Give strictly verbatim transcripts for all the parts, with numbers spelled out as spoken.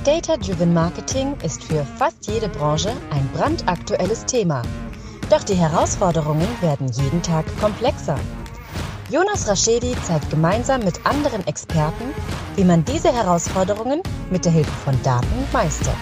Data-Driven Marketing ist für fast jede Branche ein brandaktuelles Thema. Doch die Herausforderungen werden jeden Tag komplexer. Jonas Raschedi zeigt gemeinsam mit anderen Experten, wie man diese Herausforderungen mit der Hilfe von Daten meistert.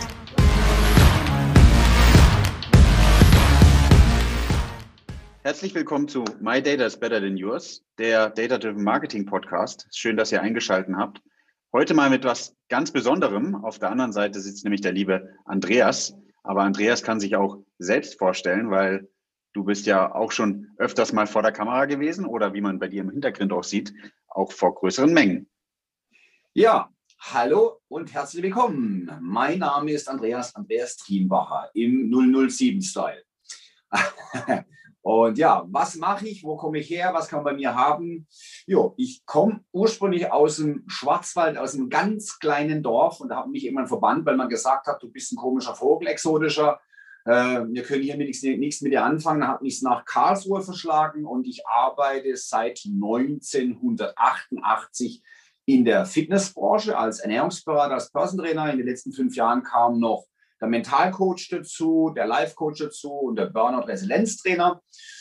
Herzlich willkommen zu My Data is Better Than Yours, der Data-Driven Marketing Podcast. Schön, dass ihr eingeschaltet habt. Heute mal mit was ganz Besonderem. Auf der anderen Seite sitzt nämlich der liebe Andreas. Aber Andreas kann sich auch selbst vorstellen, weil du bist ja auch schon öfters mal vor der Kamera gewesen oder wie man bei dir im Hintergrund auch sieht, auch vor größeren Mengen. Ja, hallo und herzlich willkommen. Mein Name ist Andreas, Andreas Trienbacher im null null sieben-Style. Und ja, was mache ich? Wo komme ich her? Was kann man bei mir haben? Jo, ich komme ursprünglich aus dem Schwarzwald, aus einem ganz kleinen Dorf und da hat mich jemand verbannt, weil man gesagt hat, du bist ein komischer Vogel, exotischer. Äh, wir können hier nichts, nichts mit dir anfangen. Da hat mich nach Karlsruhe verschlagen und ich arbeite seit neunzehnhundertachtundachtzig in der Fitnessbranche als Ernährungsberater, als Personal Trainer. In den letzten fünf Jahren kam noch der Mentalcoach dazu, der Life-Coach dazu und der Burnout-Resilienz-Trainer.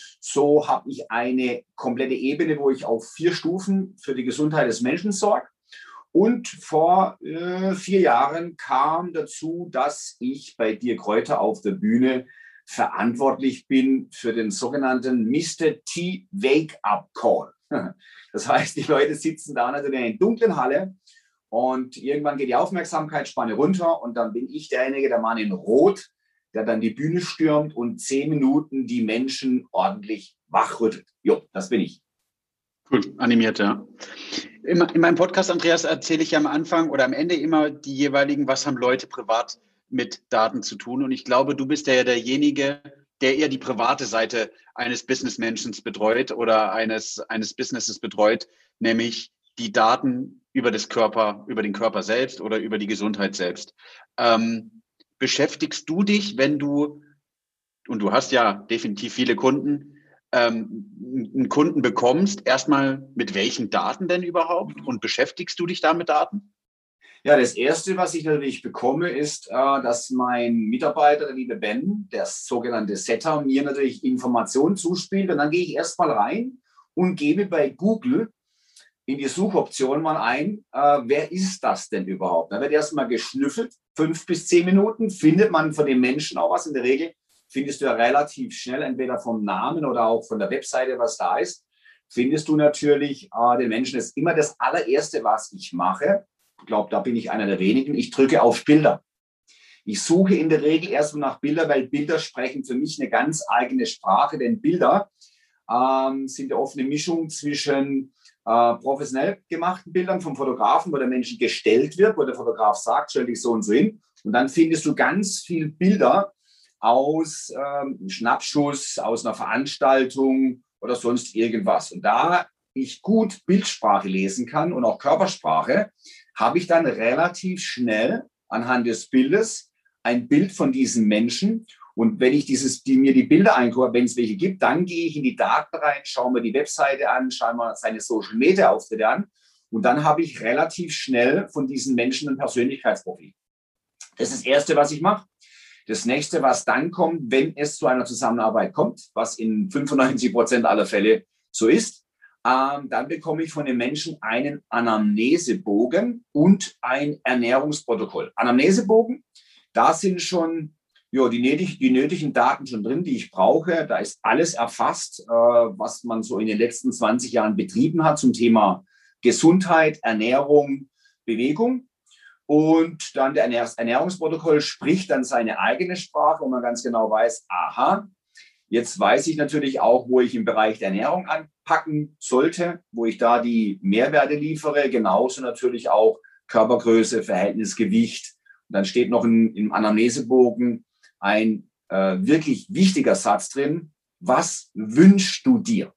So habe ich eine komplette Ebene, wo ich auf vier Stufen für die Gesundheit des Menschen sorge. Und vor äh, vier Jahren kam dazu, dass ich bei Dirk Reuter auf der Bühne verantwortlich bin für den sogenannten Mister T Wake-up Call. Das heißt, die Leute sitzen da natürlich in einer dunklen Halle und irgendwann geht die Aufmerksamkeitsspanne runter und dann bin ich derjenige, der Mann in Rot, der dann die Bühne stürmt und zehn Minuten die Menschen ordentlich wachrüttelt. Jo, das bin ich. Cool, animiert, ja. In, in meinem Podcast, Andreas, erzähle ich ja am Anfang oder am Ende immer die jeweiligen, was haben Leute privat mit Daten zu tun. Und ich glaube, du bist ja derjenige, der eher die private Seite eines Businessmenschen betreut oder eines, eines Businesses betreut, nämlich die Daten über das Körper, über den Körper selbst oder über die Gesundheit selbst. Ähm, beschäftigst du dich, wenn du, und du hast ja definitiv viele Kunden, ähm, einen Kunden bekommst, erstmal mit welchen Daten denn überhaupt und beschäftigst du dich da mit Daten? Ja, das Erste, was ich natürlich bekomme, ist, äh, dass mein Mitarbeiter, der liebe Ben, der sogenannte Setter, mir natürlich Informationen zuspielt und dann gehe ich erstmal rein und gebe bei Google in die Suchoption mal ein, äh, wer ist das denn überhaupt? Da wird erstmal geschnüffelt, fünf bis zehn Minuten, findet man von dem Menschen auch was. In der Regel findest du ja relativ schnell, entweder vom Namen oder auch von der Webseite, was da ist, findest du natürlich äh, den Menschen. Das ist immer das allererste, was ich mache. Ich glaube, da bin ich einer der wenigen. Ich drücke auf Bilder. Ich suche in der Regel erstmal nach Bildern, weil Bilder sprechen für mich eine ganz eigene Sprache, denn Bilder ähm, sind ja oft eine Mischung zwischen Äh, professionell gemachten Bildern vom Fotografen, wo der Mensch gestellt wird, wo der Fotograf sagt, stell dich so und so hin. Und dann findest du ganz viele Bilder aus ähm, Schnappschuss, aus einer Veranstaltung oder sonst irgendwas. Und da ich gut Bildsprache lesen kann und auch Körpersprache, habe ich dann relativ schnell anhand des Bildes ein Bild von diesem Menschen. Und wenn ich dieses, die, mir die Bilder angucke, wenn es welche gibt, dann gehe ich in die Daten rein, schaue mir die Webseite an, schaue mir seine Social-Media-Auftritte an und dann habe ich relativ schnell von diesen Menschen ein Persönlichkeitsprofil. Das ist das Erste, was ich mache. Das Nächste, was dann kommt, wenn es zu einer Zusammenarbeit kommt, was in fünfundneunzig Prozent aller Fälle so ist, ähm, dann bekomme ich von den Menschen einen Anamnesebogen und ein Ernährungsprotokoll. Anamnesebogen, da sind schon Ja, die, nötig, die nötigen Daten schon drin, die ich brauche. Da ist alles erfasst, äh, was man so in den letzten zwanzig Jahren betrieben hat zum Thema Gesundheit, Ernährung, Bewegung. Und dann der Ernähr- Ernährungsprotokoll spricht dann seine eigene Sprache, wo man ganz genau weiß, aha, jetzt weiß ich natürlich auch, wo ich im Bereich der Ernährung anpacken sollte, wo ich da die Mehrwerte liefere, genauso natürlich auch Körpergröße, Verhältnis, Gewicht. Und dann steht noch in, im Anamnesebogen ein äh, wirklich wichtiger Satz drin. Was wünschst du dir?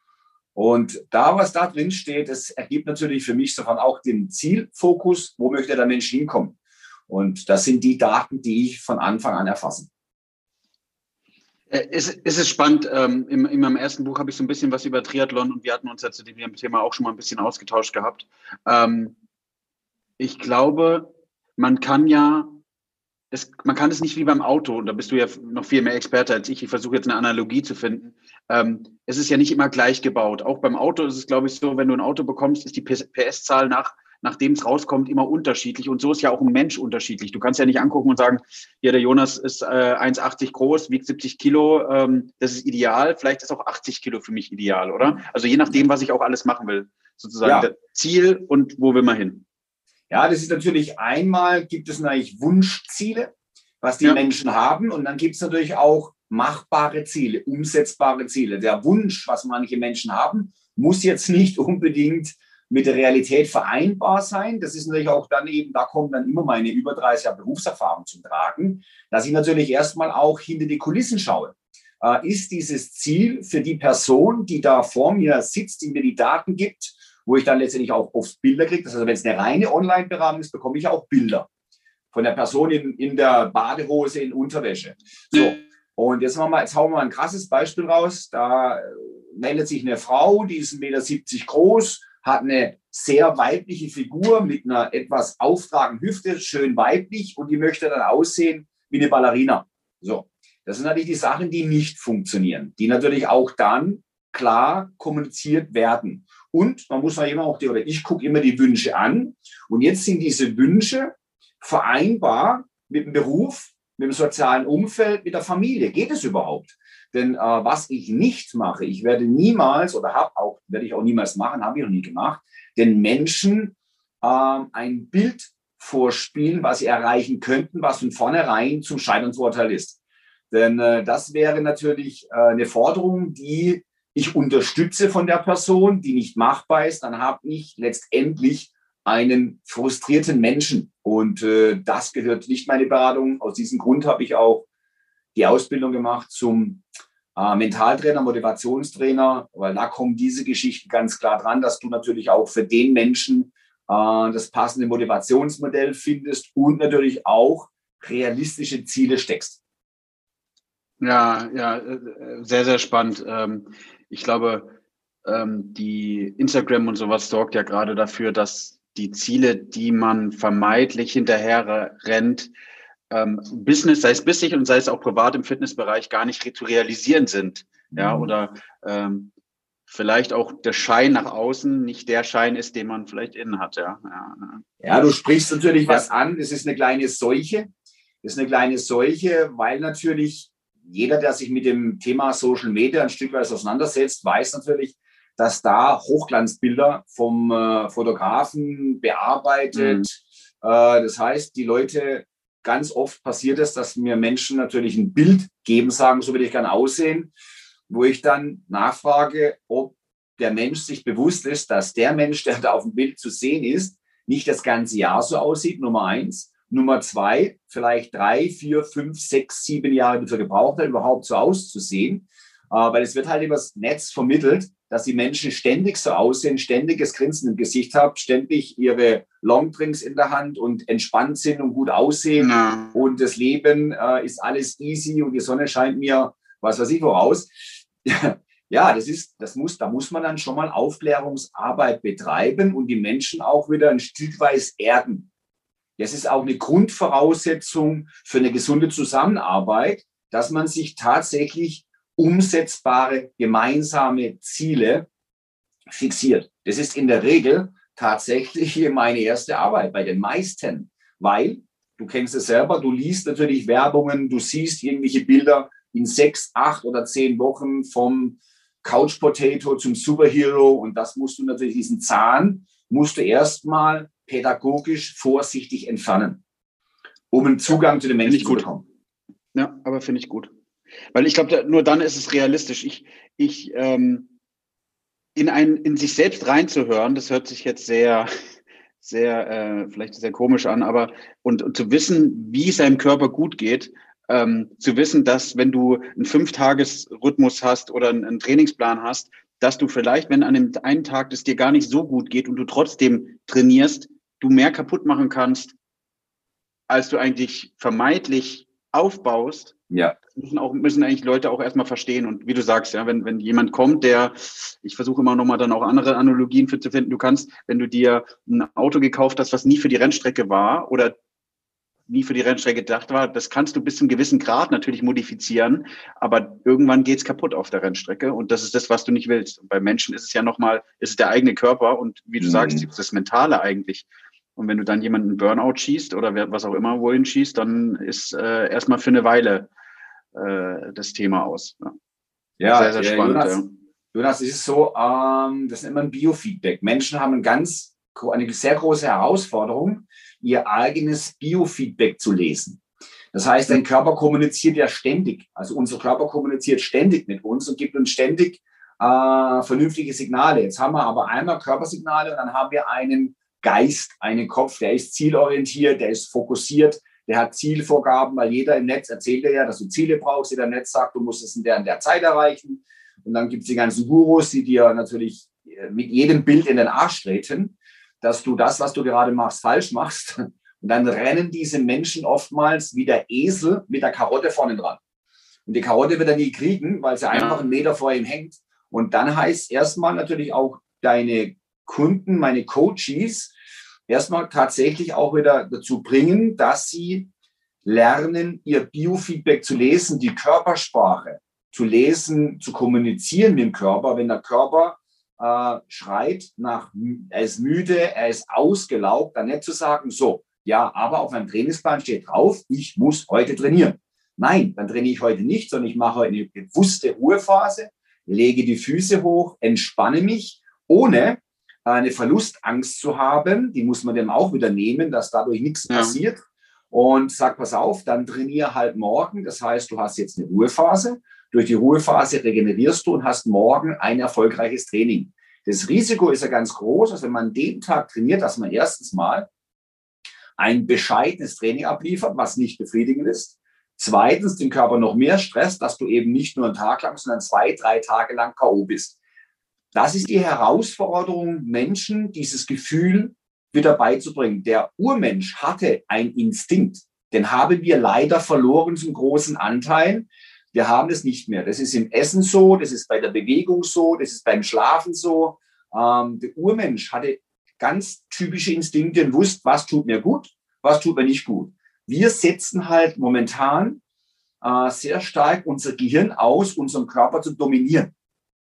Und da, was da drin steht, das ergibt natürlich für mich sofort auch den Zielfokus, wo möchte der Mensch hinkommen? Und das sind die Daten, die ich von Anfang an erfasse. Es, es ist spannend. Ähm, in, in meinem ersten Buch habe ich so ein bisschen was über Triathlon und wir hatten uns ja zu dem Thema auch schon mal ein bisschen ausgetauscht gehabt. Ähm, ich glaube, man kann ja, es, man kann es nicht wie beim Auto, und da bist du ja noch viel mehr Experte als ich, ich versuche jetzt eine Analogie zu finden. Ähm, es ist ja nicht immer gleich gebaut. Auch beim Auto ist es, glaube ich, so, wenn du ein Auto bekommst, ist die P S-Zahl nach, nachdem es rauskommt, immer unterschiedlich. Und so ist ja auch ein Mensch unterschiedlich. Du kannst ja nicht angucken und sagen, ja, der Jonas ist äh, eins Komma achtzig groß, wiegt siebzig Kilo, ähm, das ist ideal. Vielleicht ist auch achtzig Kilo für mich ideal, oder? Also je nachdem, was ich auch alles machen will, sozusagen. Ja. Das Ziel und wo will man hin? Ja, das ist natürlich einmal, gibt es natürlich Wunschziele, was die Ja. Menschen haben. Und dann gibt es natürlich auch machbare Ziele, umsetzbare Ziele. Der Wunsch, was manche Menschen haben, muss jetzt nicht unbedingt mit der Realität vereinbar sein. Das ist natürlich auch dann eben, da kommt dann immer meine über dreißig Jahre Berufserfahrung zum Tragen, dass ich natürlich erstmal auch hinter die Kulissen schaue. Äh, ist dieses Ziel für die Person, die da vor mir sitzt, die mir die Daten gibt, wo ich dann letztendlich auch oft Bilder kriege. Das heißt, wenn es eine reine Online-Beratung ist, bekomme ich auch Bilder von der Person in, in der Badehose, in Unterwäsche. So. Und jetzt, machen wir, jetzt hauen wir mal ein krasses Beispiel raus. Da meldet sich eine Frau, die ist eins Komma siebzig Meter groß, hat eine sehr weibliche Figur mit einer etwas auftragenden Hüfte, schön weiblich, und die möchte dann aussehen wie eine Ballerina. So. Das sind natürlich die Sachen, die nicht funktionieren, die natürlich auch dann klar kommuniziert werden. Und man muss immer auch die, oder ich gucke immer die Wünsche an. Und jetzt sind diese Wünsche vereinbar mit dem Beruf, mit dem sozialen Umfeld, mit der Familie. Geht es überhaupt? Denn äh, was ich nicht mache, ich werde niemals oder habe auch, werde ich auch niemals machen, habe ich noch nie gemacht, den Menschen äh, ein Bild vorspielen, was sie erreichen könnten, was von vornherein zum Scheitern verurteilt ist. Denn äh, das wäre natürlich äh, eine Forderung, die ich unterstütze von der Person, die nicht machbar ist. Dann habe ich letztendlich einen frustrierten Menschen. Und äh, das gehört nicht meine Beratung. Aus diesem Grund habe ich auch die Ausbildung gemacht zum äh, Mentaltrainer, Motivationstrainer, weil da kommen diese Geschichten ganz klar dran, dass du natürlich auch für den Menschen äh, das passende Motivationsmodell findest und natürlich auch realistische Ziele steckst. Ja, ja, sehr, sehr spannend. Ich glaube, die Instagram und sowas sorgt ja gerade dafür, dass die Ziele, die man vermeintlich hinterher rennt, Business, sei es bissig und sei es auch privat im Fitnessbereich, gar nicht zu realisieren sind. Ja, oder ähm, vielleicht auch der Schein nach außen nicht der Schein ist, den man vielleicht innen hat. Ja, ja, ja du sprichst natürlich was ja. an. Das ist eine kleine Seuche. Das ist eine kleine Seuche, weil natürlich jeder, der sich mit dem Thema Social Media ein Stück weit auseinandersetzt, weiß natürlich, dass da Hochglanzbilder vom äh, Fotografen bearbeitet. Mhm. Äh, das heißt, die Leute, ganz oft passiert es, dass mir Menschen natürlich ein Bild geben, sagen, so will ich gerne aussehen, wo ich dann nachfrage, ob der Mensch sich bewusst ist, dass der Mensch, der da auf dem Bild zu sehen ist, nicht das ganze Jahr so aussieht, Nummer eins. Nummer zwei, vielleicht drei, vier, fünf, sechs, sieben Jahre dafür gebraucht hat, überhaupt so auszusehen. Äh, weil es wird halt über das Netz vermittelt, dass die Menschen ständig so aussehen, ständiges Grinsen im Gesicht haben, ständig ihre Longdrinks in der Hand und entspannt sind und gut aussehen. Ja. Und das Leben äh, ist alles easy und die Sonne scheint mir, was weiß ich, voraus. Ja, das ist, das muss, da muss man dann schon mal Aufklärungsarbeit betreiben und die Menschen auch wieder ein Stück weit erden. Das ist auch eine Grundvoraussetzung für eine gesunde Zusammenarbeit, dass man sich tatsächlich umsetzbare gemeinsame Ziele fixiert. Das ist in der Regel tatsächlich meine erste Arbeit bei den meisten, weil du kennst es selber, du liest natürlich Werbungen, du siehst irgendwelche Bilder in sechs, acht oder zehn Wochen vom Couch Potato zum Superhero und das musst du natürlich, diesen Zahn musst du erstmal pädagogisch vorsichtig entfernen, um einen Zugang zu den Menschen zu bekommen. Ja, aber finde ich gut. Weil ich glaube, nur dann ist es realistisch. Ich, ich ähm, in, ein, in sich selbst reinzuhören, das hört sich jetzt sehr, sehr, äh, vielleicht sehr komisch an, aber und, und zu wissen, wie es seinem Körper gut geht, ähm, zu wissen, dass wenn du einen Fünf-Tages-Rhythmus hast oder einen, einen Trainingsplan hast, dass du vielleicht, wenn an dem einen Tag es dir gar nicht so gut geht und du trotzdem trainierst, du mehr kaputt machen kannst, als du eigentlich vermeintlich aufbaust. Ja. Müssen auch, müssen eigentlich Leute auch erstmal verstehen. Und wie du sagst, ja, wenn, wenn jemand kommt, der, ich versuche immer nochmal dann auch andere Analogien für zu finden, du kannst, wenn du dir ein Auto gekauft hast, was nie für die Rennstrecke war oder nie für die Rennstrecke gedacht war, das kannst du bis zu einem gewissen Grad natürlich modifizieren, aber irgendwann geht's kaputt auf der Rennstrecke und das ist das, was du nicht willst. Und bei Menschen ist es ja nochmal, ist es der eigene Körper und wie du mhm. sagst, das Mentale eigentlich. Und wenn du dann jemanden einen Burnout schießt oder was auch immer wohin schießt, dann ist äh, erstmal für eine Weile äh, das Thema aus. Ja, ja sehr, sehr spannend. Jonas, ja. Jonas, es ist so, ähm, das ist immer ein Biofeedback. Menschen haben ein ganz, eine sehr große Herausforderung, ihr eigenes Biofeedback zu lesen. Das heißt, dein Körper kommuniziert ja ständig. Also unser Körper kommuniziert ständig mit uns und gibt uns ständig äh, vernünftige Signale. Jetzt haben wir aber einmal Körpersignale und dann haben wir einen Geist, einen Kopf, der ist zielorientiert, der ist fokussiert, der hat Zielvorgaben, weil jeder im Netz erzählt ja, dass du Ziele brauchst. Jeder im Netz sagt, du musst es in der, in der Zeit erreichen. Und dann gibt es die ganzen Gurus, die dir natürlich mit jedem Bild in den Arsch treten, dass du das, was du gerade machst, falsch machst. Und dann rennen diese Menschen oftmals wie der Esel mit der Karotte vorne dran. Und die Karotte wird er nie kriegen, weil sie einfach einen Meter vor ihm hängt. Und dann heißt erstmal natürlich auch deine Kunden, meine Coaches, erstmal tatsächlich auch wieder dazu bringen, dass sie lernen, ihr Biofeedback zu lesen, die Körpersprache zu lesen, zu kommunizieren mit dem Körper. Wenn der Körper äh, schreit, nach, er ist müde, er ist ausgelaugt, dann nicht zu sagen, so, ja, aber auf meinem Trainingsplan steht drauf, ich muss heute trainieren. Nein, dann trainiere ich heute nicht, sondern ich mache eine bewusste Ruhephase, lege die Füße hoch, entspanne mich, ohne eine Verlustangst zu haben. Die muss man dann auch wieder nehmen, dass dadurch nichts ja. passiert. Und sag, pass auf, dann trainiere halt morgen. Das heißt, du hast jetzt eine Ruhephase. Durch die Ruhephase regenerierst du und hast morgen ein erfolgreiches Training. Das Risiko ist ja ganz groß, dass wenn man den Tag trainiert, dass man erstens mal ein bescheidenes Training abliefert, was nicht befriedigend ist. Zweitens den Körper noch mehr stresst, dass du eben nicht nur einen Tag lang, sondern zwei, drei Tage lang K O bist. Das ist die Herausforderung, Menschen dieses Gefühl wieder beizubringen. Der Urmensch hatte einen Instinkt, den haben wir leider verloren zum großen Anteil. Wir haben es nicht mehr. Das ist im Essen so, das ist bei der Bewegung so, das ist beim Schlafen so. Ähm, der Urmensch hatte ganz typische Instinkte und wusste, was tut mir gut, was tut mir nicht gut. Wir setzen halt momentan äh, sehr stark unser Gehirn aus, unseren Körper zu dominieren.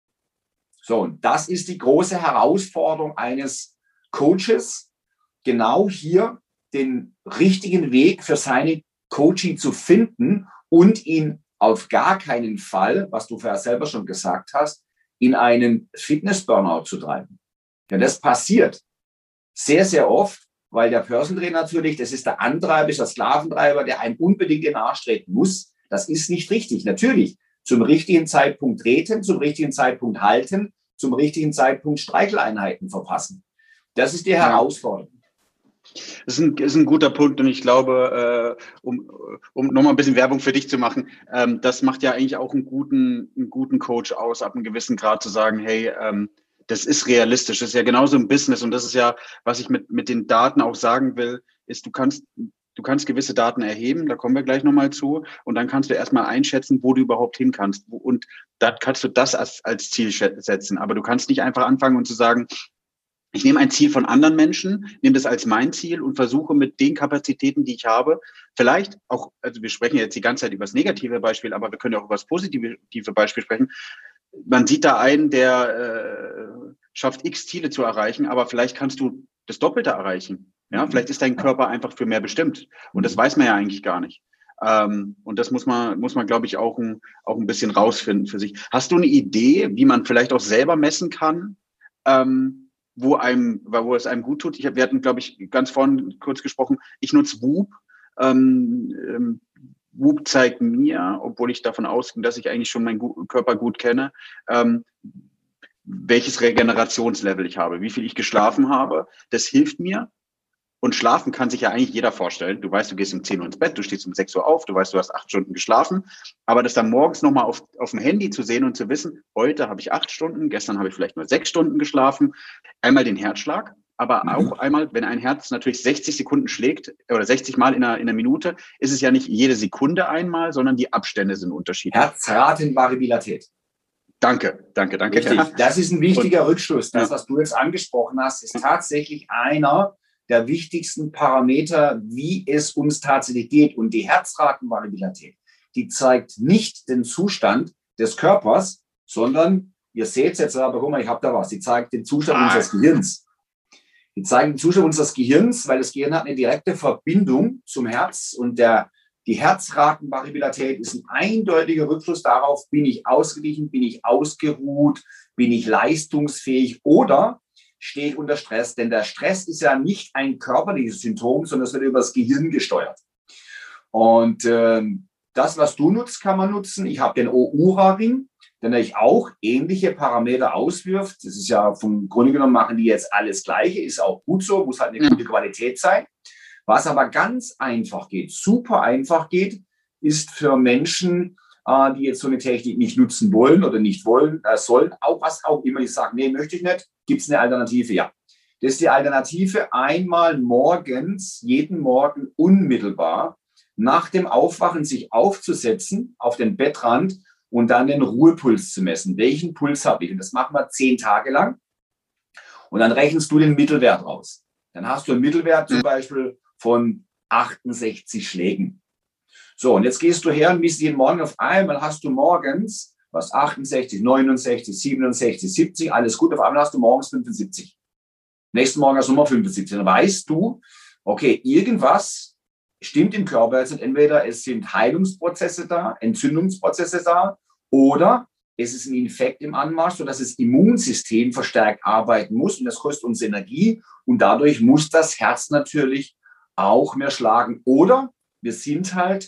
So, und das ist die große Herausforderung eines Coaches, genau hier den richtigen Weg für seine Coaching zu finden und ihn auf gar keinen Fall, was du vorher selber schon gesagt hast, in einen Fitness-Burnout zu treiben. Denn das passiert sehr, sehr oft, weil der Personal Trainer natürlich, das ist der Antreiber, ist der Sklaventreiber, der einem unbedingt in den Arsch treten muss. Das ist nicht richtig. Natürlich, zum richtigen Zeitpunkt treten, zum richtigen Zeitpunkt halten, zum richtigen Zeitpunkt Streicheleinheiten verpassen. Das ist die Herausforderung. Das ist ein, ist ein guter Punkt und ich glaube, äh, um, um nochmal ein bisschen Werbung für dich zu machen, ähm, das macht ja eigentlich auch einen guten, einen guten Coach aus, ab einem gewissen Grad zu sagen, hey, ähm, das ist realistisch, das ist ja genauso im Business und das ist ja, was ich mit, mit den Daten auch sagen will, ist, du kannst, du kannst gewisse Daten erheben, da kommen wir gleich nochmal zu und dann kannst du erstmal einschätzen, wo du überhaupt hin kannst und dann kannst du das als, als Ziel setzen, aber du kannst nicht einfach anfangen und zu sagen, ich nehme ein Ziel von anderen Menschen, nehme das als mein Ziel und versuche mit den Kapazitäten, die ich habe, vielleicht auch, also wir sprechen jetzt die ganze Zeit über das negative Beispiel, aber wir können ja auch über das positive Beispiel sprechen. Man sieht da einen, der äh, schafft x Ziele zu erreichen, aber vielleicht kannst du das Doppelte erreichen. Ja, vielleicht ist dein Körper einfach für mehr bestimmt und das weiß man ja eigentlich gar nicht. Ähm, und das muss man, muss man, glaube ich, auch ein, auch ein bisschen rausfinden für sich. Hast du eine Idee, wie man vielleicht auch selber messen kann, ähm, wo einem, wo es einem gut tut? Ich hab, wir hatten, glaube ich, ganz vorhin kurz gesprochen, ich nutze Whoop. Ähm, ähm, Whoop zeigt mir, obwohl ich davon ausgehe, dass ich eigentlich schon meinen Gu- Körper gut kenne, ähm, welches Regenerationslevel ich habe, wie viel ich geschlafen habe. Das hilft mir. Und schlafen kann sich ja eigentlich jeder vorstellen. Du weißt, du gehst um zehn Uhr ins Bett, du stehst um sechs Uhr auf, du weißt, du hast acht Stunden geschlafen. Aber das dann morgens nochmal auf, auf dem Handy zu sehen und zu wissen, heute habe ich acht Stunden, gestern habe ich vielleicht nur sechs Stunden geschlafen. Einmal den Herzschlag, aber auch einmal, wenn ein Herz natürlich sechzig Sekunden schlägt oder sechzig Mal in einer, in einer Minute, ist es ja nicht jede Sekunde einmal, sondern die Abstände sind unterschiedlich. Herzratenvariabilität. Danke, danke, danke. Richtig. Das ist ein wichtiger und, Rückschluss. Das, ja. was du jetzt angesprochen hast, ist tatsächlich einer der wichtigsten Parameter, wie es uns tatsächlich geht. Und die Herzratenvariabilität, die zeigt nicht den Zustand des Körpers, sondern, ihr seht es jetzt, aber guck mal, ich habe da was, die zeigt den Zustand ah. unseres Gehirns. Die zeigen den Zustand unseres Gehirns, weil das Gehirn hat eine direkte Verbindung zum Herz und der, die Herzratenvariabilität ist ein eindeutiger Rückschluss darauf, bin ich ausgeglichen, bin ich ausgeruht, bin ich leistungsfähig oder stehe ich unter Stress. Denn der Stress ist ja nicht ein körperliches Symptom, sondern es wird über das Gehirn gesteuert. Und ähm, das, was du nutzt, kann man nutzen. Ich habe den Oura-Ring, der natürlich auch ähnliche Parameter auswirft. Das ist ja vom Grunde genommen, machen die jetzt alles Gleiche, ist auch gut so, muss halt eine gute Qualität sein. Was aber ganz einfach geht, super einfach geht, ist für Menschen, äh, die jetzt so eine Technik nicht nutzen wollen oder nicht wollen, äh, sollen, auch was auch immer, ich sage, nee, möchte ich nicht, gibt es eine Alternative? Ja. Das ist die Alternative, einmal morgens, jeden Morgen unmittelbar nach dem Aufwachen sich aufzusetzen auf den Bettrand und dann den Ruhepuls zu messen. Welchen Puls habe ich? Und das machen wir zehn Tage lang. Und dann rechnest du den Mittelwert raus. Dann hast du einen Mittelwert zum Beispiel von achtundsechzig Schlägen. So, und jetzt gehst du her und misst jeden Morgen auf einmal, hast du morgens was achtundsechzig, neunundsechzig, siebenundsechzig, siebzig, alles gut, auf einmal hast du morgens fünfundsiebzig. Nächsten Morgen hast du nochmal fünfundsiebzig. Dann weißt du, okay, irgendwas stimmt im Körper jetzt nicht. Entweder es sind Heilungsprozesse da, Entzündungsprozesse da, oder es ist ein Infekt im Anmarsch, sodass das Immunsystem verstärkt arbeiten muss und das kostet uns Energie und dadurch muss das Herz natürlich auch mehr schlagen. Oder wir sind halt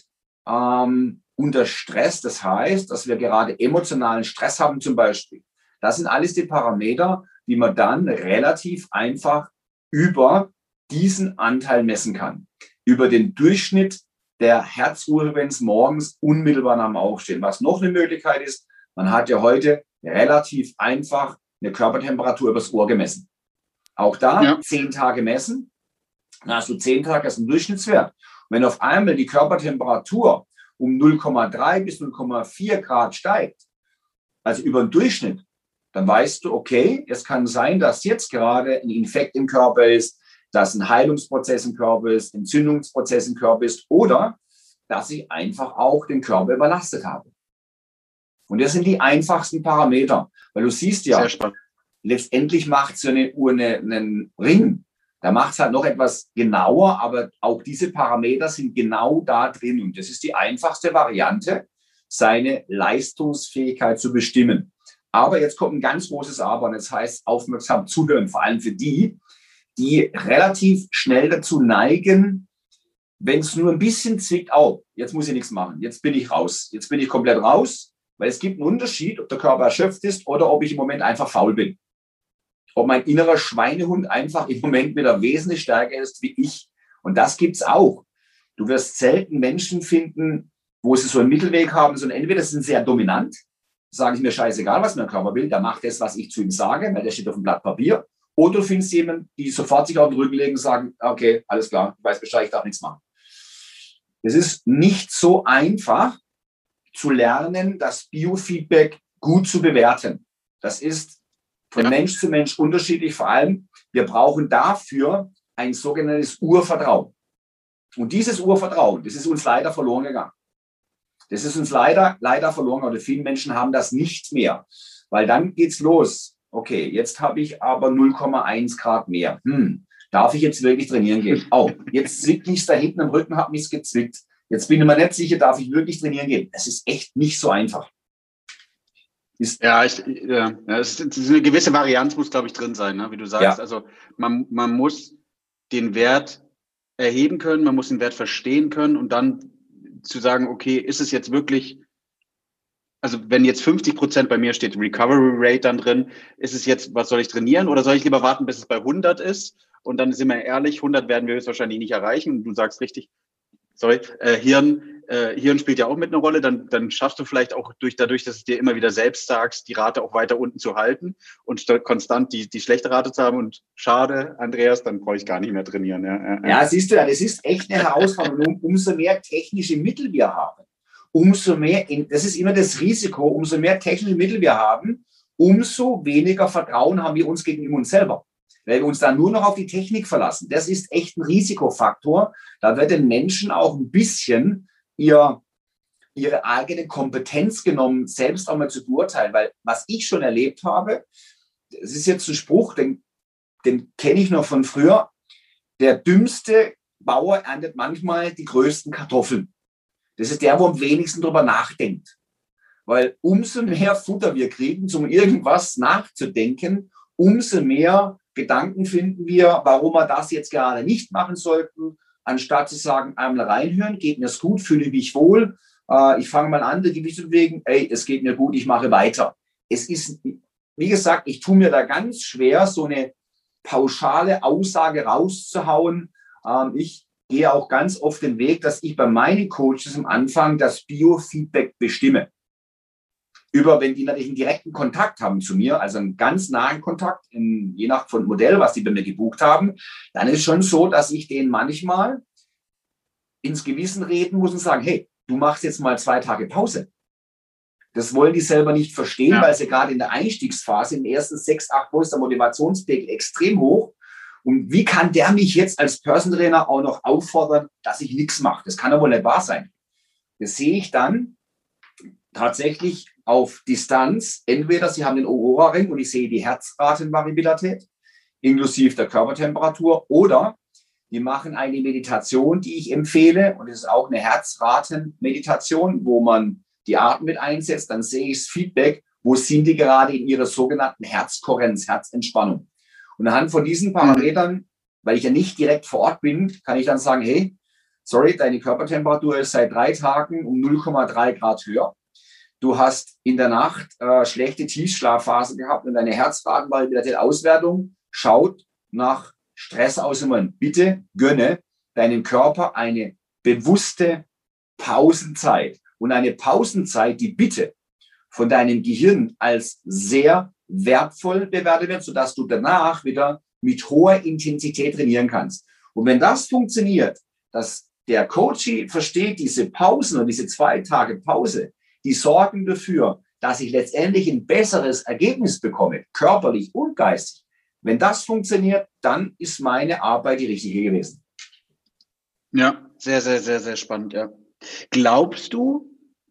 ähm, unter Stress, das heißt, dass wir gerade emotionalen Stress haben zum Beispiel. Das sind alles die Parameter, die man dann relativ einfach über diesen Anteil messen kann. Über den Durchschnitt der Herzfrequenz morgens unmittelbar nach dem Aufstehen. Was noch eine Möglichkeit ist, man hat ja heute relativ einfach eine Körpertemperatur übers Ohr gemessen. Auch da ja. zehn Tage messen, dann hast du zehn Tage als ein Durchschnittswert. Und wenn auf einmal die Körpertemperatur um null Komma drei bis null Komma vier Grad steigt, also über den Durchschnitt, dann weißt du, okay, es kann sein, dass jetzt gerade ein Infekt im Körper ist, dass ein Heilungsprozess im Körper ist, Entzündungsprozess im Körper ist oder dass ich einfach auch den Körper überlastet habe. Und das sind die einfachsten Parameter, weil du siehst ja, letztendlich macht so eine Uhr eine, einen Ring. Da macht es halt noch etwas genauer, aber auch diese Parameter sind genau da drin. Und das ist die einfachste Variante, seine Leistungsfähigkeit zu bestimmen. Aber jetzt kommt ein ganz großes Aber, und das heißt aufmerksam zuhören, vor allem für die, die relativ schnell dazu neigen, wenn es nur ein bisschen zwickt, oh, jetzt muss ich nichts machen, jetzt bin ich raus, jetzt bin ich komplett raus, weil es gibt einen Unterschied, ob der Körper erschöpft ist oder ob ich im Moment einfach faul bin. Ob mein innerer Schweinehund einfach im Moment wieder wesentlich stärker ist wie ich. Und das gibt's auch. Du wirst selten Menschen finden, wo sie so einen Mittelweg haben, sondern entweder sind sie sehr dominant, sage ich mir scheißegal, was mein Körper will, der macht das, was ich zu ihm sage, weil der steht auf dem Blatt Papier. Oder du findest jemanden, die sofort sich auf den Rücken legen und sagen, okay, alles klar, ich weiß Bescheid, ich darf nichts machen. Es ist nicht so einfach zu lernen, das Biofeedback gut zu bewerten. Das ist von ja. Mensch zu Mensch unterschiedlich. Vor allem, wir brauchen dafür ein sogenanntes Urvertrauen. Und dieses Urvertrauen, das ist uns leider verloren gegangen. Das ist uns leider, leider verloren gegangen. Viele Menschen haben das nicht mehr. Weil dann geht's los. Okay, jetzt habe ich aber null Komma eins Grad mehr. Hm, darf ich jetzt wirklich trainieren gehen? Oh, jetzt zwickt mich da hinten am Rücken, hat mich gezwickt. Jetzt bin ich mir nicht sicher, darf ich wirklich trainieren gehen? Das ist echt nicht so einfach. Ist ja, ich, ja, es ist eine gewisse Varianz muss, glaube ich, drin sein, ne? Wie du sagst. Ja. Also man, man muss den Wert erheben können, man muss den Wert verstehen können und dann zu sagen, okay, ist es jetzt wirklich, also wenn jetzt fünfzig Prozent bei mir steht Recovery Rate dann drin, ist es jetzt, was soll ich trainieren oder soll ich lieber warten, bis es bei hundert ist? Und dann sind wir ehrlich, hundert werden wir höchstwahrscheinlich nicht erreichen. Und du sagst richtig, sorry, äh, Hirn, äh, Hirn spielt ja auch mit einer Rolle. Dann, dann schaffst du vielleicht auch durch, dadurch, dass du dir immer wieder selbst sagst, die Rate auch weiter unten zu halten und konstant die, die schlechte Rate zu haben. Und schade, Andreas, dann brauche ich gar nicht mehr trainieren. Ja, ja, ja siehst du ja, das ist echt eine Herausforderung. Um, umso mehr technische Mittel wir haben, umso mehr, in, das ist immer das Risiko, umso mehr technische Mittel wir haben, umso weniger Vertrauen haben wir uns gegenüber uns selber. weil wir uns dann nur noch auf die Technik verlassen. Das ist echt ein Risikofaktor. Da wird den Menschen auch ein bisschen ihr, ihre eigene Kompetenz genommen, selbst auch mal zu beurteilen. Weil was ich schon erlebt habe, das ist jetzt ein Spruch, den, den kenne ich noch von früher, der dümmste Bauer erntet manchmal die größten Kartoffeln. Das ist der, wo am wenigsten drüber nachdenkt. Weil umso mehr Futter wir kriegen, um irgendwas nachzudenken, umso mehr Gedanken finden wir, warum wir das jetzt gerade nicht machen sollten, anstatt zu sagen, einmal reinhören, geht mir es gut, fühle mich wohl, äh, ich fange mal an, die Gewichte zu bewegen, ey, es geht mir gut, ich mache weiter. Es ist, wie gesagt, ich tue mir da ganz schwer, so eine pauschale Aussage rauszuhauen. Ähm, ich gehe auch ganz oft den Weg, dass ich bei meinen Coaches am Anfang das Biofeedback bestimme. Über, wenn die natürlich einen direkten Kontakt haben zu mir, also einen ganz nahen Kontakt, in, je nach von Modell, was die bei mir gebucht haben, dann ist es schon so, dass ich denen manchmal ins Gewissen reden muss und sagen, hey, du machst jetzt mal zwei Tage Pause. Das wollen die selber nicht verstehen, ja. Weil sie gerade in der Einstiegsphase, in den ersten sechs, acht Wochen ist der Motivationspegel extrem hoch. Und wie kann der mich jetzt als Personal Trainer auch noch auffordern, dass ich nichts mache? Das kann doch wohl nicht wahr sein. Das sehe ich dann tatsächlich auf Distanz. Entweder sie haben den Aurora-Ring und ich sehe die Herzratenvariabilität inklusive der Körpertemperatur, oder die machen eine Meditation, die ich empfehle, und es ist auch eine Herzratenmeditation, wo man die Atem mit einsetzt. Dann sehe ich das Feedback, wo sind die gerade in ihrer sogenannten Herzkohärenz, Herzentspannung. Und anhand von diesen Parametern, weil ich ja nicht direkt vor Ort bin, kann ich dann sagen, hey, sorry, deine Körpertemperatur ist seit drei Tagen um null Komma drei Grad höher. Du hast in der Nacht äh, schlechte Tiefschlafphasen gehabt und deine Herzratenvariabilität-Auswertung schaut nach Stress aus. Bitte gönne deinem Körper eine bewusste Pausenzeit. Und eine Pausenzeit, die bitte von deinem Gehirn als sehr wertvoll bewertet wird, sodass du danach wieder mit hoher Intensität trainieren kannst. Und wenn das funktioniert, dass der Coach versteht, diese Pausen und diese zwei Tage Pause, die sorgen dafür, dass ich letztendlich ein besseres Ergebnis bekomme, körperlich und geistig. Wenn das funktioniert, dann ist meine Arbeit die richtige gewesen. Ja, sehr, sehr, sehr, sehr spannend, ja. Glaubst du,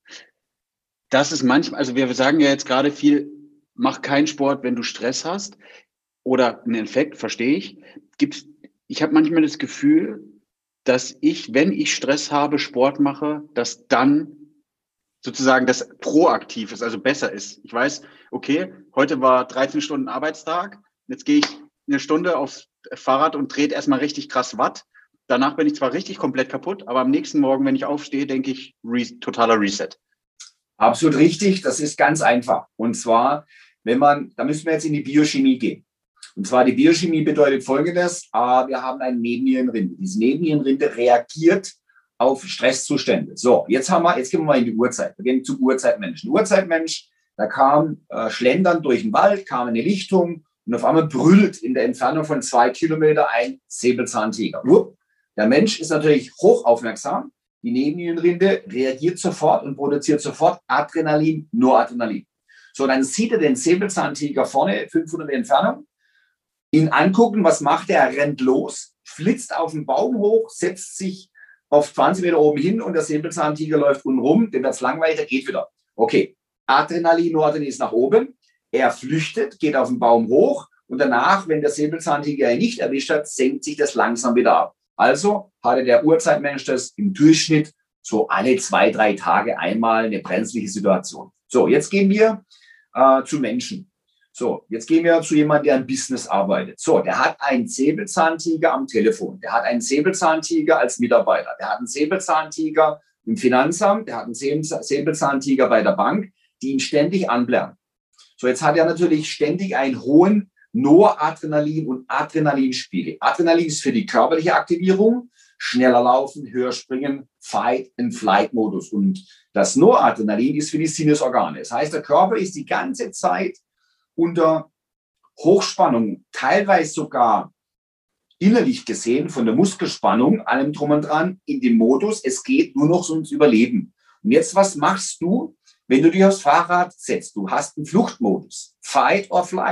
dass es manchmal, also wir sagen ja jetzt gerade viel, mach keinen Sport, wenn du Stress hast oder einen Infekt, verstehe ich. Gibt's, ich habe manchmal das Gefühl, dass ich, wenn ich Stress habe, Sport mache, dass dann sozusagen das proaktiv ist, also besser ist. Ich weiß, okay, heute war dreizehn Stunden Arbeitstag, jetzt gehe ich eine Stunde aufs Fahrrad und drehe erstmal richtig krass Watt. Danach bin ich zwar richtig komplett kaputt, aber am nächsten Morgen, wenn ich aufstehe, denke ich, re- totaler Reset. Absolut richtig, das ist ganz einfach. Und zwar, wenn man, da müssen wir jetzt in die Biochemie gehen. Und zwar die Biochemie bedeutet Folgendes, äh, wir haben eine Nebennierenrinde. Diese Nebennierenrinde reagiert auf Stresszustände. So, jetzt haben wir, jetzt gehen wir mal in die Urzeit. Wir gehen zum Urzeitmenschen. Urzeitmensch, da kam äh, schlendern durch den Wald, kam eine Lichtung und auf einmal brüllt in der Entfernung von zwei Kilometer ein Säbelzahntiger. Der Mensch ist natürlich hochaufmerksam. Die Nebennierenrinde reagiert sofort und produziert sofort Adrenalin, Noradrenalin. So, dann sieht er den Säbelzahntiger vorne, fünfhundert Meter Entfernung, ihn angucken, was macht er? Er rennt los, flitzt auf den Baum hoch, setzt sich auf zwanzig Meter oben hin und der Säbelzahntiger läuft unten rum, dem wird es langweilig, der geht wieder. Okay, Adrenalin, Noradrenalin ist nach oben, er flüchtet, geht auf den Baum hoch und danach, wenn der Säbelzahntiger ihn nicht erwischt hat, senkt sich das langsam wieder ab. Also hatte der Urzeitmensch das im Durchschnitt so alle zwei, drei Tage einmal eine brenzliche Situation. So, jetzt gehen wir äh, zu Menschen. So, jetzt gehen wir zu jemandem, der ein Business arbeitet. So, der hat einen Säbelzahntiger am Telefon. Der hat einen Säbelzahntiger als Mitarbeiter. Der hat einen Säbelzahntiger im Finanzamt. Der hat einen Säbelzahntiger bei der Bank, die ihn ständig anblären. So, jetzt hat er natürlich ständig einen hohen Noradrenalin- und Adrenalinspiegel. Adrenalin ist für die körperliche Aktivierung, schneller laufen, höher springen, Fight-and-Flight-Modus. Und das Noradrenalin ist für die Sinnesorgane. Das heißt, der Körper ist die ganze Zeit unter Hochspannung, teilweise sogar innerlich gesehen von der Muskelspannung, allem drum und dran, in dem Modus, es geht nur noch ums Überleben. Und jetzt, was machst du, wenn du dich aufs Fahrrad setzt? Du hast einen Fluchtmodus, Fight or Flight.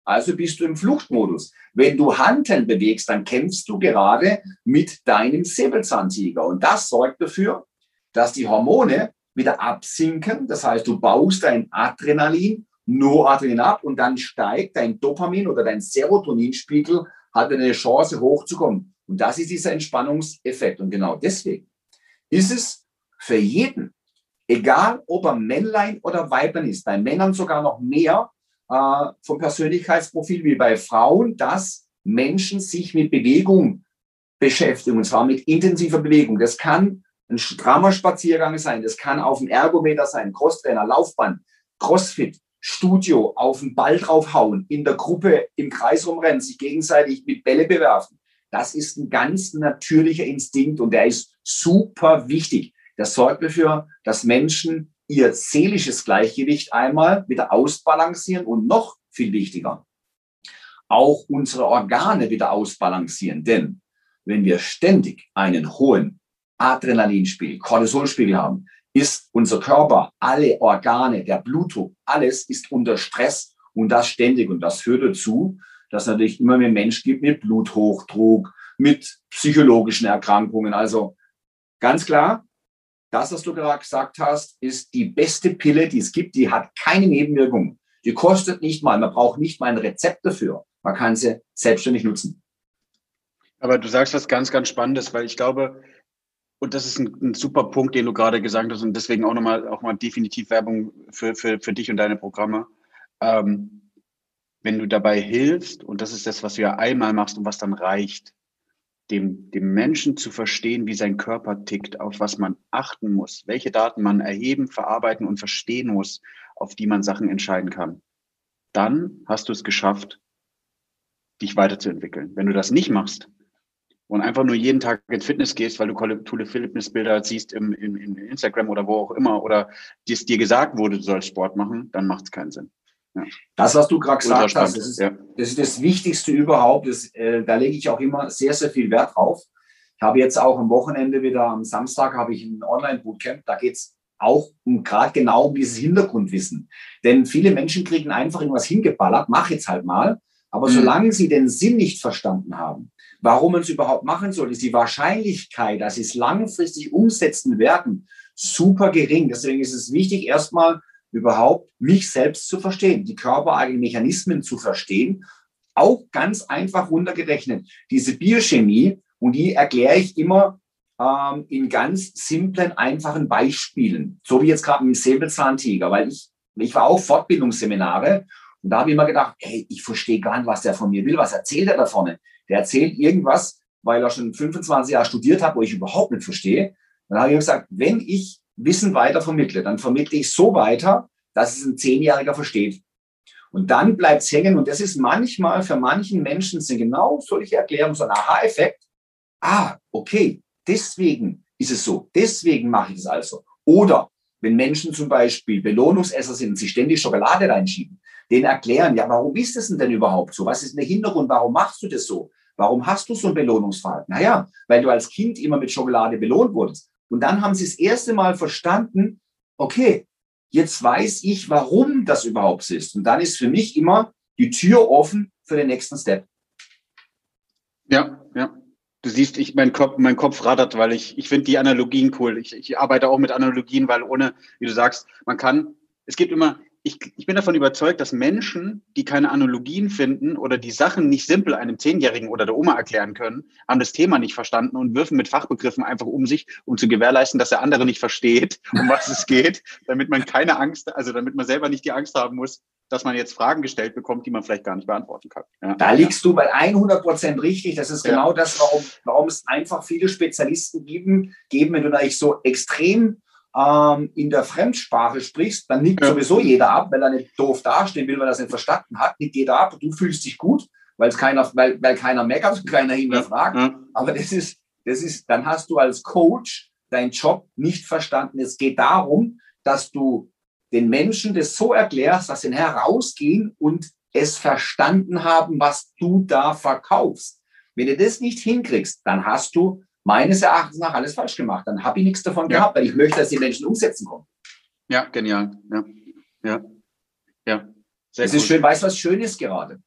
also bist du im Fluchtmodus. Wenn du Hanteln bewegst, dann kämpfst du gerade mit deinem Säbelzahntiger. Und das sorgt dafür, dass die Hormone wieder absinken. Das heißt, du baust dein Adrenalin, Noradrenalin ab und dann steigt dein Dopamin oder dein Serotoninspiegel, hat eine Chance hochzukommen. Und das ist dieser Entspannungseffekt. Und genau deswegen ist es für jeden, egal ob er Männlein oder Weiblein ist, bei Männern sogar noch mehr äh, vom Persönlichkeitsprofil wie bei Frauen, dass Menschen sich mit Bewegung beschäftigen, und zwar mit intensiver Bewegung. Das kann ein strammer Spaziergang sein, das kann auf dem Ergometer sein, Crosstrainer, Laufband, Crossfit, Studio, auf den Ball draufhauen, in der Gruppe im Kreis rumrennen, sich gegenseitig mit Bälle bewerfen. Das ist ein ganz natürlicher Instinkt und der ist super wichtig. Das sorgt dafür, dass Menschen ihr seelisches Gleichgewicht einmal wieder ausbalancieren und noch viel wichtiger, auch unsere Organe wieder ausbalancieren. Denn wenn wir ständig einen hohen Adrenalinspiegel, Cortisolspiegel haben, ist unser Körper, alle Organe, der Blutdruck, alles ist unter Stress und das ständig. Und das führt dazu, dass es natürlich immer mehr Menschen gibt mit Bluthochdruck, mit psychologischen Erkrankungen. Also ganz klar, das, was du gerade gesagt hast, ist die beste Pille, die es gibt. Die hat keine Nebenwirkungen. Die kostet nicht mal, man braucht nicht mal ein Rezept dafür. Man kann sie selbstständig nutzen. Aber du sagst was ganz, ganz Spannendes, weil ich glaube, und das ist ein, ein super Punkt, den du gerade gesagt hast und deswegen auch nochmal auch mal definitiv Werbung für, für, für dich und deine Programme. Ähm, wenn du dabei hilfst, und das ist das, was du ja einmal machst und was dann reicht, dem, dem Menschen zu verstehen, wie sein Körper tickt, auf was man achten muss, welche Daten man erheben, verarbeiten und verstehen muss, auf die man Sachen entscheiden kann, dann hast du es geschafft, dich weiterzuentwickeln. Wenn du das nicht machst und einfach nur jeden Tag ins Fitness gehst, weil du coole Fitnessbilder siehst im, im, im Instagram oder wo auch immer, oder es dir gesagt wurde, du sollst Sport machen, dann macht es keinen Sinn. Ja. Das, was du gerade gesagt hast, das ist, ja. das ist das Wichtigste überhaupt. Das, äh, da lege ich auch immer sehr, sehr viel Wert drauf. Ich habe jetzt auch am Wochenende wieder, am Samstag habe ich ein Online-Bootcamp. Da geht es auch um gerade genau um dieses Hintergrundwissen. Denn viele Menschen kriegen einfach irgendwas hingeballert, mach jetzt halt mal. Aber mhm. solange sie den Sinn nicht verstanden haben, warum man es überhaupt machen soll, ist die Wahrscheinlichkeit, dass sie es langfristig umsetzen werden, super gering. Deswegen ist es wichtig, erstmal überhaupt mich selbst zu verstehen, die körpereigenen Mechanismen zu verstehen, auch ganz einfach runtergerechnet. Diese Biochemie, und die erkläre ich immer ähm, in ganz simplen, einfachen Beispielen, so wie jetzt gerade mit dem Säbelzahntiger, weil ich, ich war auch Fortbildungsseminare und da habe ich immer gedacht, hey, ich verstehe gar nicht, was der von mir will, was erzählt er da vorne? Der erzählt irgendwas, weil er schon fünfundzwanzig Jahre studiert hat, wo ich überhaupt nicht verstehe. Dann habe ich gesagt, wenn ich Wissen weiter vermittle, dann vermittle ich so weiter, dass es ein Zehnjähriger versteht. Und dann bleibt es hängen. Und das ist manchmal für manchen Menschen sind genau solche Erklärungen, so ein Aha-Effekt. Ah, okay, deswegen ist es so. Deswegen mache ich es also. Oder wenn Menschen zum Beispiel Belohnungsesser sind und sich ständig Schokolade reinschieben, denen erklären, ja, warum ist das denn, denn überhaupt so? Was ist denn der Hintergrund? Warum machst du das so? Warum hast du so ein Belohnungsverhalten? Naja, weil du als Kind immer mit Schokolade belohnt wurdest. Und dann haben sie das erste Mal verstanden, okay, jetzt weiß ich, warum das überhaupt so ist. Und dann ist für mich immer die Tür offen für den nächsten Step. Ja, ja. Du siehst, ich, mein Kopf, mein Kopf rattert, weil ich, ich finde die Analogien cool. Ich, ich arbeite auch mit Analogien, weil ohne, wie du sagst, man kann, es gibt immer, ich, ich bin davon überzeugt, dass Menschen, die keine Analogien finden oder die Sachen nicht simpel einem Zehnjährigen oder der Oma erklären können, haben das Thema nicht verstanden und wirfen mit Fachbegriffen einfach um sich, um zu gewährleisten, dass der andere nicht versteht, um was es geht, damit man keine Angst, also damit man selber nicht die Angst haben muss, dass man jetzt Fragen gestellt bekommt, die man vielleicht gar nicht beantworten kann. Ja. Da liegst du bei hundert Prozent richtig. Das ist genau ja. das, warum, warum es einfach viele Spezialisten geben, geben wenn du da nicht so extrem ähm, in der Fremdsprache sprichst, dann nickt ja. sowieso jeder ab, weil er nicht doof dastehen will, weil er das nicht verstanden hat, nickt jeder ab. Du fühlst dich gut, weil es keiner, weil, weil keiner meckert und keiner hinterfragt. Ja. Aber das ist, das ist, dann hast du als Coach deinen Job nicht verstanden. Es geht darum, dass du den Menschen das so erklärst, dass sie herausgehen und es verstanden haben, was du da verkaufst. Wenn du das nicht hinkriegst, dann hast du meines Erachtens nach alles falsch gemacht. Dann habe ich nichts davon ja. gehabt, weil ich möchte, dass die Menschen umsetzen kommen. Ja, genial. Ja, ja, ja. Sehr es cool. ist schön. Weißt du, was schön ist gerade?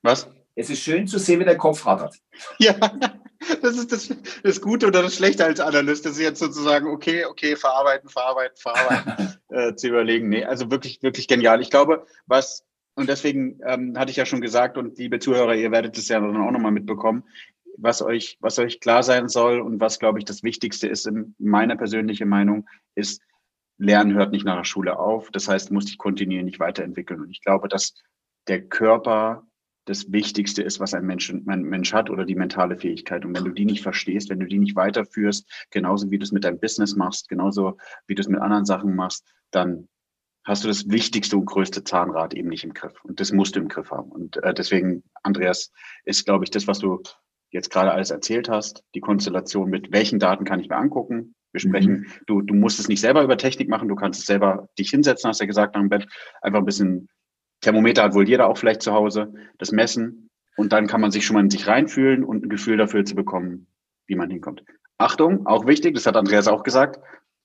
Was? Es ist schön zu sehen, wie der Kopf rattert. Ja, das ist das, das Gute oder das Schlechte als Analyst, das ist jetzt sozusagen, okay, okay, verarbeiten, verarbeiten, verarbeiten, äh, zu überlegen. Nee, also wirklich, wirklich genial. Ich glaube, was, und deswegen ähm, hatte ich ja schon gesagt, und liebe Zuhörer, ihr werdet es ja dann auch nochmal mitbekommen, was euch, was euch klar sein soll und was, glaube ich, das Wichtigste ist, in meiner persönlichen Meinung, ist, Lernen hört nicht nach der Schule auf. Das heißt, du musst dich kontinuierlich weiterentwickeln. Und ich glaube, dass der Körper das Wichtigste ist, was ein Mensch, ein Mensch hat, oder die mentale Fähigkeit. Und wenn du die nicht verstehst, wenn du die nicht weiterführst, genauso wie du es mit deinem Business machst, genauso wie du es mit anderen Sachen machst, dann hast du das wichtigste und größte Zahnrad eben nicht im Griff. Und das musst du im Griff haben. Und äh, deswegen, Andreas, ist, glaube ich, das, was du jetzt gerade alles erzählt hast, die Konstellation mit welchen Daten kann ich mir angucken. Wir sprechen, mhm. du, du musst es nicht selber über Technik machen, du kannst es selber dich hinsetzen, hast ja gesagt, nach dem Bett, einfach ein bisschen Thermometer hat wohl jeder auch vielleicht zu Hause, das messen, und dann kann man sich schon mal in sich reinfühlen und ein Gefühl dafür zu bekommen, wie man hinkommt. Achtung, auch wichtig, das hat Andreas auch gesagt,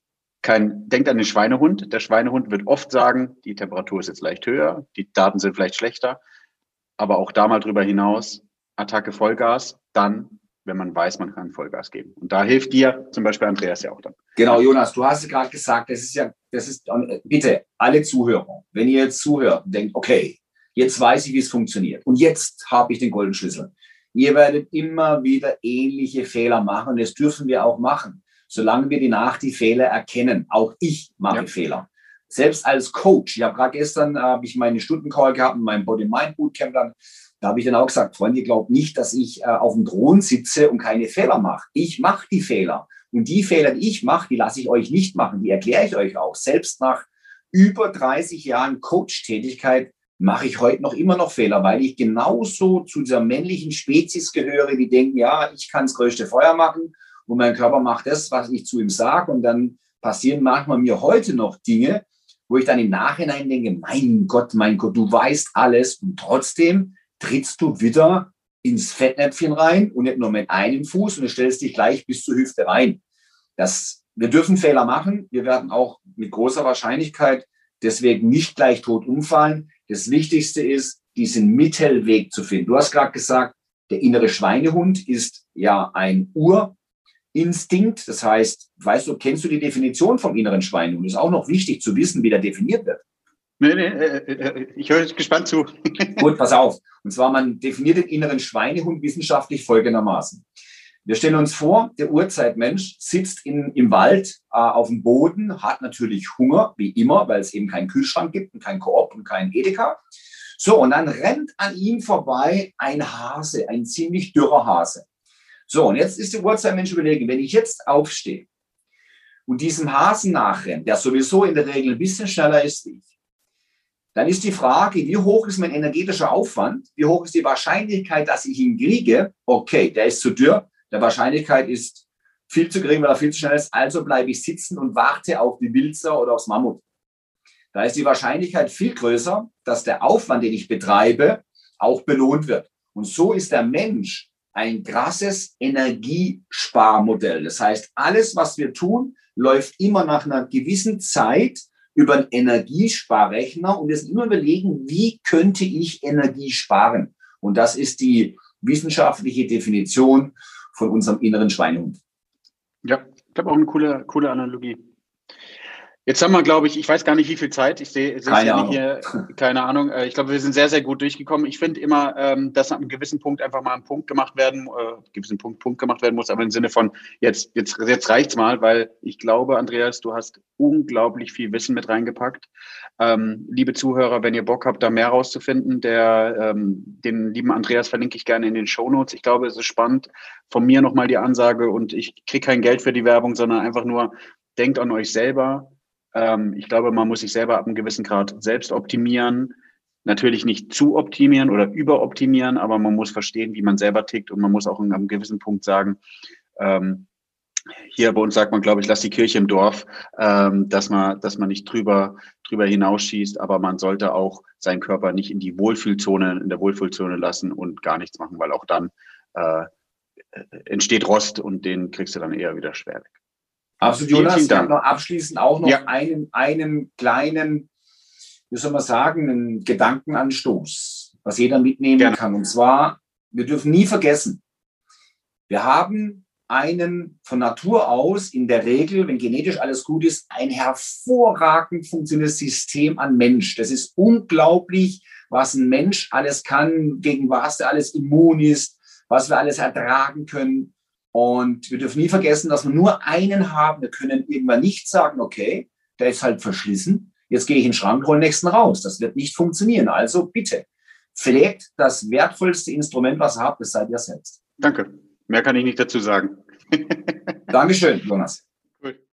kein, denkt an den Schweinehund. Der Schweinehund wird oft sagen, die Temperatur ist jetzt leicht höher, die Daten sind vielleicht schlechter, aber auch da mal drüber hinaus, Attacke Vollgas, dann, wenn man weiß, man kann Vollgas geben. Und da hilft dir zum Beispiel Andreas ja auch dann. Genau, Jonas, du hast gerade gesagt, das ist ja, das ist, bitte, alle Zuhörer, wenn ihr jetzt zuhört und denkt, okay, jetzt weiß ich, wie es funktioniert und jetzt habe ich den goldenen Schlüssel. Ihr werdet immer wieder ähnliche Fehler machen, und das dürfen wir auch machen, solange wir die nach die Fehler erkennen. Auch ich mache ja. Fehler. Selbst als Coach, ich habe gerade gestern, äh, habe ich meine Stundencall gehabt in meinem Body-Mind-Bootcamp dann, da habe ich dann auch gesagt, Freunde, ihr glaubt nicht, dass ich äh, auf dem Thron sitze und keine Fehler mache. Ich mache die Fehler. Und die Fehler, die ich mache, die lasse ich euch nicht machen. Die erkläre ich euch auch. Selbst nach über dreißig Jahren Coach-Tätigkeit mache ich heute noch immer noch Fehler, weil ich genauso zu dieser männlichen Spezies gehöre, die denken, ja, ich kann das größte Feuer machen und mein Körper macht das, was ich zu ihm sage. Und dann passieren manchmal mir heute noch Dinge, wo ich dann im Nachhinein denke, mein Gott, mein Gott, du weißt alles, und trotzdem trittst du wieder ins Fettnäpfchen rein und nicht nur mit einem Fuß, und du stellst dich gleich bis zur Hüfte rein. Das, wir dürfen Fehler machen. Wir werden auch mit großer Wahrscheinlichkeit deswegen nicht gleich tot umfallen. Das Wichtigste ist, diesen Mittelweg zu finden. Du hast gerade gesagt, der innere Schweinehund ist ja ein Urinstinkt. Das heißt, weißt du, kennst du die Definition vom inneren Schweinehund? Das ist auch noch wichtig zu wissen, wie der definiert wird. Nee, nee, äh, ich höre gespannt zu. Gut, pass auf. Und zwar, man definiert den inneren Schweinehund wissenschaftlich folgendermaßen. Wir stellen uns vor, der Urzeitmensch sitzt in, im Wald äh, auf dem Boden, hat natürlich Hunger, wie immer, weil es eben keinen Kühlschrank gibt und kein Coop und kein Edeka. So, und dann rennt an ihm vorbei ein Hase, ein ziemlich dürrer Hase. So, und jetzt ist der Urzeitmensch überlegen, wenn ich jetzt aufstehe und diesem Hasen nachrenne, der sowieso in der Regel ein bisschen schneller ist wie ich, dann ist die Frage, wie hoch ist mein energetischer Aufwand? Wie hoch ist die Wahrscheinlichkeit, dass ich ihn kriege? Okay, der ist zu dürr. Die Wahrscheinlichkeit ist viel zu gering, weil er viel zu schnell ist. Also bleibe ich sitzen und warte auf die Wilzer oder aufs Mammut. Da ist die Wahrscheinlichkeit viel größer, dass der Aufwand, den ich betreibe, auch belohnt wird. Und so ist der Mensch ein krasses Energiesparmodell. Das heißt, alles, was wir tun, läuft immer nach einer gewissen Zeit über einen Energiesparrechner, und jetzt immer überlegen, wie könnte ich Energie sparen? Und das ist die wissenschaftliche Definition von unserem inneren Schweinehund. Ja, ich glaube auch eine coole, coole Analogie. Jetzt haben wir, glaube ich, ich weiß gar nicht, wie viel Zeit. Ich sehe es ja nicht hier, keine Ahnung. Ich glaube, wir sind sehr, sehr gut durchgekommen. Ich finde immer, dass an einem gewissen Punkt einfach mal ein Punkt gemacht werden, äh, gewissen Punkt, Punkt gemacht werden muss, aber im Sinne von, jetzt, jetzt, jetzt reicht's mal, weil ich glaube, Andreas, du hast unglaublich viel Wissen mit reingepackt. Ähm, liebe Zuhörer, wenn ihr Bock habt, da mehr rauszufinden, der, ähm, den lieben Andreas verlinke ich gerne in den Shownotes. Ich glaube, es ist spannend. Von mir nochmal die Ansage, und ich kriege kein Geld für die Werbung, sondern einfach nur, denkt an euch selber. Ich glaube, man muss sich selber ab einem gewissen Grad selbst optimieren. Natürlich nicht zu optimieren oder überoptimieren, aber man muss verstehen, wie man selber tickt, und man muss auch an einem gewissen Punkt sagen, ähm, hier bei uns sagt man, glaube ich, lass die Kirche im Dorf, ähm, dass man, dass man nicht drüber, drüber hinausschießt, aber man sollte auch seinen Körper nicht in die Wohlfühlzone, in der Wohlfühlzone lassen und gar nichts machen, weil auch dann äh, entsteht Rost, und den kriegst du dann eher wieder schwer weg. Absolut, Jonas. Ich habe noch abschließend auch noch ja. einen, einen kleinen, wie soll man sagen, einen Gedankenanstoß. was jeder mitnehmen Gerne. kann. Und zwar, wir dürfen nie vergessen, wir haben einen von Natur aus in der Regel, wenn genetisch alles gut ist, ein hervorragend funktionierendes System an Mensch. Das ist unglaublich, was ein Mensch alles kann, gegen was er alles immun ist, was wir alles ertragen können. Und wir dürfen nie vergessen, dass wir nur einen haben. Wir können irgendwann nicht sagen, okay, der ist halt verschlissen, jetzt gehe ich in den Schrank, hole den nächsten raus. Das wird nicht funktionieren. Also bitte, pflegt das wertvollste Instrument, was ihr habt, das seid ihr selbst. Danke. Mehr kann ich nicht dazu sagen. Dankeschön, Jonas.